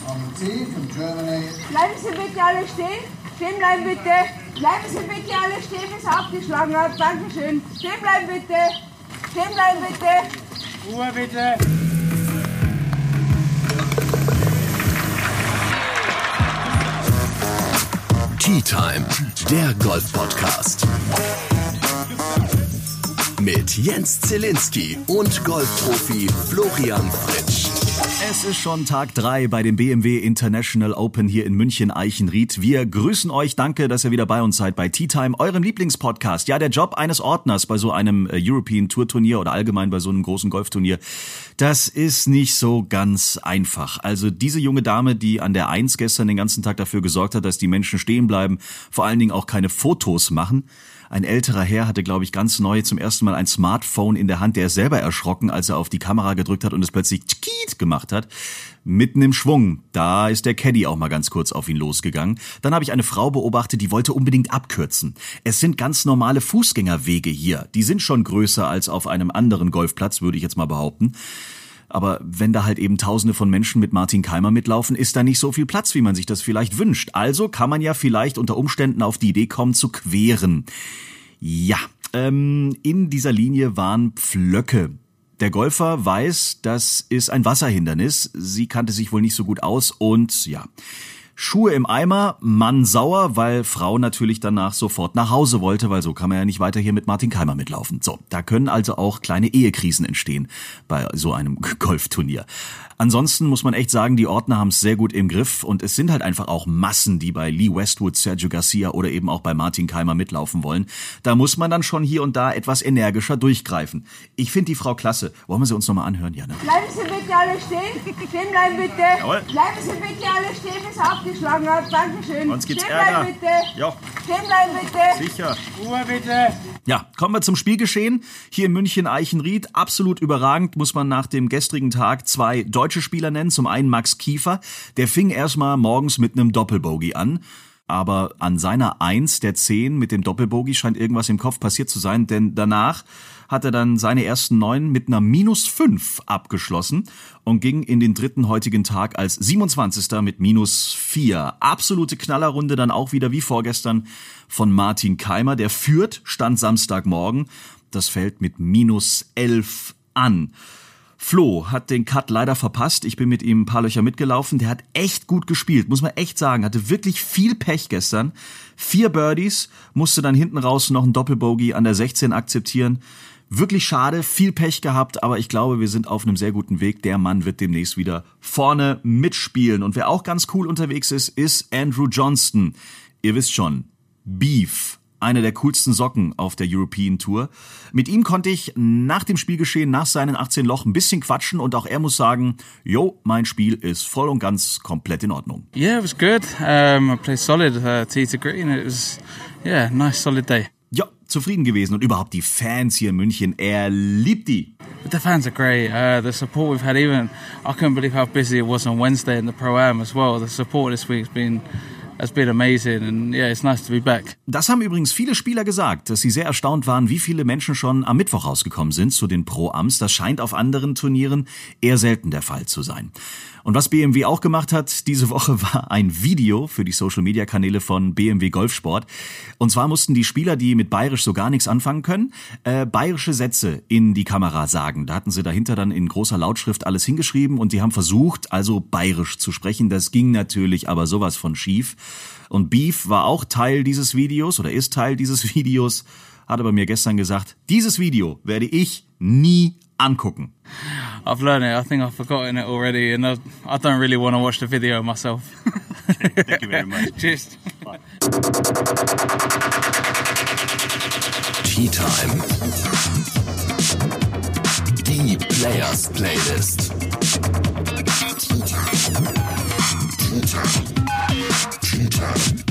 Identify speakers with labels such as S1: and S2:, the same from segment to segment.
S1: Bleiben Sie bitte alle stehen. Stehen bleiben bitte. Bleiben Sie bitte alle stehen, bis er abgeschlagen hat. Dankeschön. Stehen bleiben bitte. Stehen bleiben bitte.
S2: Ruhe bitte.
S3: Tea Time, der Golf-Podcast. Mit Jens Zielinski und Golfprofi Florian Fritsch.
S4: Es ist schon Tag 3 bei dem BMW International Open hier in München-Eichenried. Wir grüßen euch, danke, dass ihr wieder bei uns seid bei Tea Time, eurem Lieblingspodcast. Ja, der Job eines Ordners bei so einem European Tour Turnier oder allgemein bei so einem großen Golfturnier, das ist nicht so ganz einfach. Also diese junge Dame, die an der 1 gestern den ganzen Tag dafür gesorgt hat, dass die Menschen stehen bleiben, vor allen Dingen auch keine Fotos machen. Ein älterer Herr hatte, glaube ich, ganz neu zum ersten Mal ein Smartphone in der Hand. Der ist selber erschrocken, als er auf die Kamera gedrückt hat und es plötzlich tskiet gemacht hat. Mitten im Schwung. Da ist der Caddy auch mal ganz kurz auf ihn losgegangen. Dann habe ich eine Frau beobachtet, die wollte unbedingt abkürzen. Es sind ganz normale Fußgängerwege hier. Die sind schon größer als auf einem anderen Golfplatz, würde ich jetzt mal behaupten. Aber wenn da halt eben Tausende von Menschen mit Martin Kaymer mitlaufen, ist da nicht so viel Platz, wie man sich das vielleicht wünscht. Also kann man ja vielleicht unter Umständen auf die Idee kommen, zu queren. Ja, in dieser Linie waren Pflöcke. Der Golfer weiß, das ist ein Wasserhindernis. Sie kannte sich wohl nicht so gut aus und ja, Schuhe im Eimer, Mann sauer, weil Frau natürlich danach sofort nach Hause wollte, weil so kann man ja nicht weiter hier mit Martin Kaymer mitlaufen. So, da können also auch kleine Ehekrisen entstehen bei so einem Golfturnier. Ansonsten muss man echt sagen, die Ordner haben es sehr gut im Griff und es sind halt einfach auch Massen, die bei Lee Westwood, Sergio Garcia oder eben auch bei Martin Kaymer mitlaufen wollen. Da muss man dann schon hier und da etwas energischer durchgreifen. Ich finde die Frau klasse. Wollen wir sie uns nochmal anhören, Jana?
S1: Bleiben Sie bitte alle stehen. Stehen bleiben bitte.
S4: Jawohl.
S1: Bleiben Sie bitte alle stehen, bis er abgeschlagen hat. Dankeschön.
S4: Sonst gibt's
S1: stehen
S4: Ärger.
S1: bleiben bitte.
S4: Ja.
S1: Stehen bleiben bitte.
S4: Sicher.
S2: Ruhe bitte.
S4: Ja, kommen wir zum Spielgeschehen. Hier in München-Eichenried, absolut überragend, muss man nach dem gestrigen Tag 2 deutsche Spieler nennen. Zum einen Max Kiefer, der fing erstmal morgens mit einem Doppelbogey an. Aber an seiner 1 der 10 mit dem Doppelbogey scheint irgendwas im Kopf passiert zu sein, denn danach hat er dann seine ersten 9 mit einer -5 abgeschlossen und ging in den dritten heutigen Tag als 27. mit -4. Absolute Knallerrunde dann auch wieder wie vorgestern von Martin Kaymer. Der führt, stand Samstagmorgen, das Feld mit -11 an. Flo hat den Cut leider verpasst. Ich bin mit ihm ein paar Löcher mitgelaufen. Der hat echt gut gespielt, muss man echt sagen. Hatte wirklich viel Pech gestern. 4 Birdies, musste dann hinten raus noch ein Doppelbogey an der 16 akzeptieren. Wirklich schade, viel Pech gehabt, aber ich glaube, wir sind auf einem sehr guten Weg. Der Mann wird demnächst wieder vorne mitspielen. Und wer auch ganz cool unterwegs ist Andrew Johnston. Ihr wisst schon, Beef. Eine der coolsten Socken auf der European Tour. Mit ihm konnte ich nach dem Spielgeschehen, nach seinen 18 Loch ein bisschen quatschen und auch er muss sagen, mein Spiel ist voll und ganz komplett in Ordnung.
S5: Yeah, it was good. I played solid, tee to green. It was, nice solid day.
S4: Ja, zufrieden gewesen und überhaupt die Fans hier in München, er liebt die.
S5: But the fans are great. The support we've had, even I couldn't believe how busy it was on Wednesday in the Pro-Am as well. The support this week's been amazing and it's nice to be back.
S4: Das haben übrigens viele Spieler gesagt, dass sie sehr erstaunt waren, wie viele Menschen schon am Mittwoch rausgekommen sind zu den Pro-Ams. Das scheint auf anderen Turnieren eher selten der Fall zu sein. Und was BMW auch gemacht hat diese Woche, war ein Video für die Social-Media-Kanäle von BMW Golfsport. Und zwar mussten die Spieler, die mit Bayerisch so gar nichts anfangen können, bayerische Sätze in die Kamera sagen. Da hatten sie dahinter dann in großer Lautschrift alles hingeschrieben und die haben versucht, also bayerisch zu sprechen. Das ging natürlich aber sowas von schief. Und Beef war auch Teil dieses Videos oder ist Teil dieses Videos, hat aber mir gestern gesagt, dieses Video werde ich nie angucken.
S5: I've learned it. I think I've forgotten it already and I don't really want to watch the video myself.
S4: Thank you very much.
S5: Cheers.
S3: Tea Time. Die Players Playlist. Tea Time. Tea Time. Tea Time.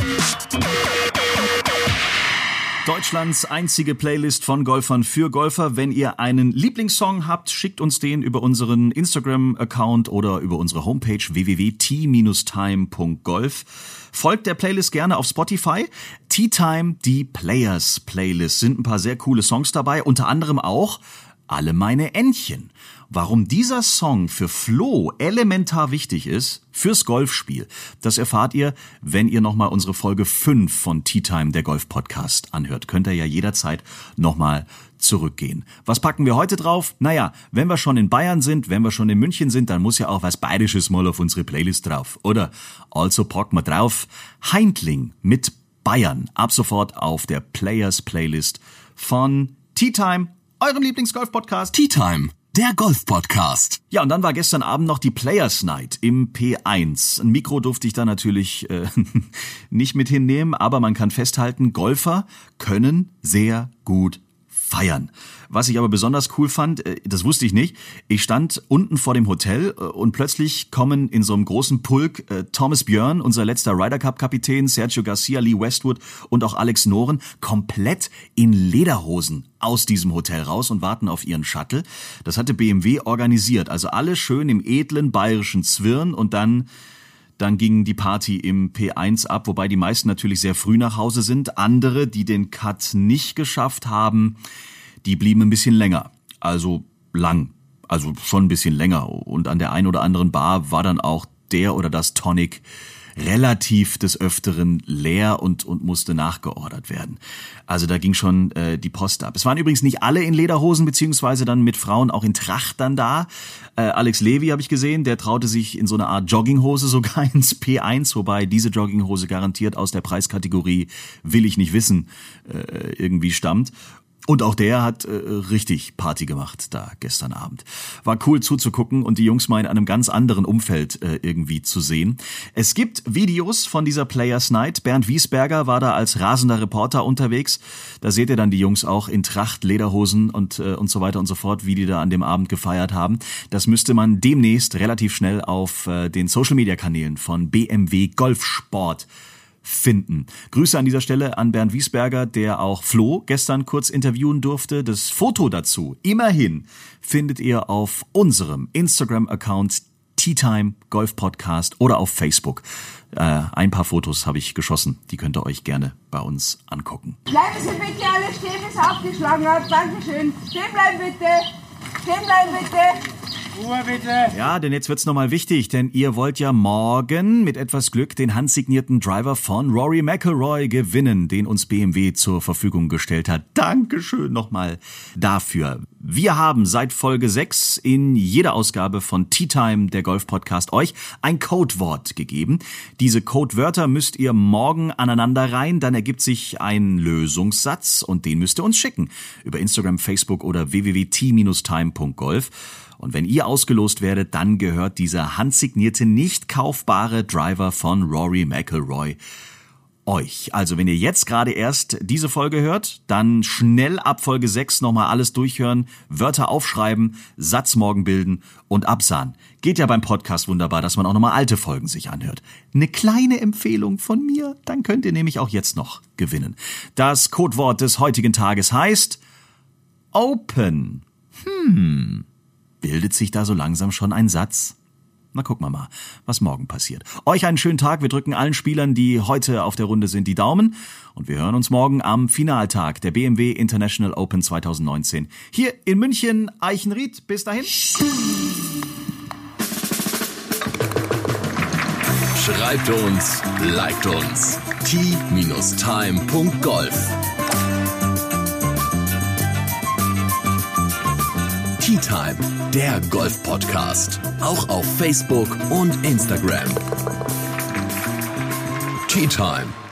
S4: Deutschlands einzige Playlist von Golfern für Golfer. Wenn ihr einen Lieblingssong habt, schickt uns den über unseren Instagram-Account oder über unsere Homepage www.t-time.golf. Folgt der Playlist gerne auf Spotify. Tea Time, die Players Playlist. Sind ein paar sehr coole Songs dabei, unter anderem auch Alle meine Entchen. Warum dieser Song für Flo elementar wichtig ist fürs Golfspiel, das erfahrt ihr, wenn ihr nochmal unsere Folge 5 von Tea Time, der Golf-Podcast, anhört. Könnt ihr ja jederzeit nochmal zurückgehen. Was packen wir heute drauf? Naja, wenn wir schon in Bayern sind, wenn wir schon in München sind, dann muss ja auch was Bayerisches mal auf unsere Playlist drauf, oder? Also packen wir drauf Heindling mit Bayern. Ab sofort auf der Players Playlist von Tea Time, eurem Lieblingsgolf-Podcast.
S3: Tea Time, der Golf-Podcast.
S4: Ja, und dann war gestern Abend noch die Players Night im P1. Ein Mikro durfte ich da natürlich nicht mit hinnehmen, aber man kann festhalten, Golfer können sehr gut feiern. Was ich aber besonders cool fand, das wusste ich nicht, ich stand unten vor dem Hotel und plötzlich kommen in so einem großen Pulk Thomas Björn, unser letzter Ryder Cup Kapitän, Sergio Garcia, Lee Westwood und auch Alex Noren komplett in Lederhosen aus diesem Hotel raus und warten auf ihren Shuttle. Das hatte BMW organisiert, also alle schön im edlen bayerischen Zwirn und dann ging die Party im P1 ab, wobei die meisten natürlich sehr früh nach Hause sind. Andere, die den Cut nicht geschafft haben, die blieben ein bisschen länger. Also lang. Also schon ein bisschen länger. Und an der einen oder anderen Bar war dann auch der oder das Tonic relativ des Öfteren leer und musste nachgeordert werden. Also da ging schon die Post ab. Es waren übrigens nicht alle in Lederhosen, beziehungsweise dann mit Frauen auch in Tracht dann da. Alex Levy habe ich gesehen, der traute sich in so eine Art Jogginghose sogar ins P1, wobei diese Jogginghose garantiert aus der Preiskategorie will ich nicht wissen irgendwie stammt. Und auch der hat richtig Party gemacht da gestern Abend. War cool zuzugucken und die Jungs mal in einem ganz anderen Umfeld irgendwie zu sehen. Es gibt Videos von dieser Players Night. Bernd Wiesberger war da als rasender Reporter unterwegs. Da seht ihr dann die Jungs auch in Tracht, Lederhosen und so weiter und so fort, wie die da an dem Abend gefeiert haben. Das müsste man demnächst relativ schnell auf den Social-Media-Kanälen von BMW Golfsport finden. Grüße an dieser Stelle an Bernd Wiesberger, der auch Flo gestern kurz interviewen durfte. Das Foto dazu, immerhin, findet ihr auf unserem Instagram-Account Tea Time Golf Podcast oder auf Facebook. Ein paar Fotos habe ich geschossen, die könnt ihr euch gerne bei uns angucken.
S1: Bleiben Sie bitte alle stehen, bis er aufgeschlagen hat. Dankeschön. Stehen bleiben bitte. Stehen bleiben bitte.
S5: Ruhe bitte.
S4: Ja, denn jetzt wird's nochmal wichtig, denn ihr wollt ja morgen mit etwas Glück den handsignierten Driver von Rory McIlroy gewinnen, den uns BMW zur Verfügung gestellt hat. Dankeschön nochmal dafür. Wir haben seit Folge 6 in jeder Ausgabe von Tea Time, der Golf-Podcast, euch ein Codewort gegeben. Diese Codewörter müsst ihr morgen aneinander reihen, dann ergibt sich ein Lösungssatz und den müsst ihr uns schicken über Instagram, Facebook oder www.t-time.golf. Und wenn ihr ausgelost werdet, dann gehört dieser handsignierte, nicht kaufbare Driver von Rory McIlroy euch. Also wenn ihr jetzt gerade erst diese Folge hört, dann schnell ab Folge 6 nochmal alles durchhören, Wörter aufschreiben, Satz morgen bilden und absahen. Geht ja beim Podcast wunderbar, dass man auch nochmal alte Folgen sich anhört. Eine kleine Empfehlung von mir, dann könnt ihr nämlich auch jetzt noch gewinnen. Das Codewort des heutigen Tages heißt Open. Bildet sich da so langsam schon ein Satz? Na, gucken wir mal, was morgen passiert. Euch einen schönen Tag. Wir drücken allen Spielern, die heute auf der Runde sind, die Daumen. Und wir hören uns morgen am Finaltag der BMW International Open 2019. Hier in München, Eichenried. Bis dahin.
S3: Schreibt uns, liked uns. t-time.golf. Tea Time, der Golf-Podcast. Auch auf Facebook und Instagram. Tea Time.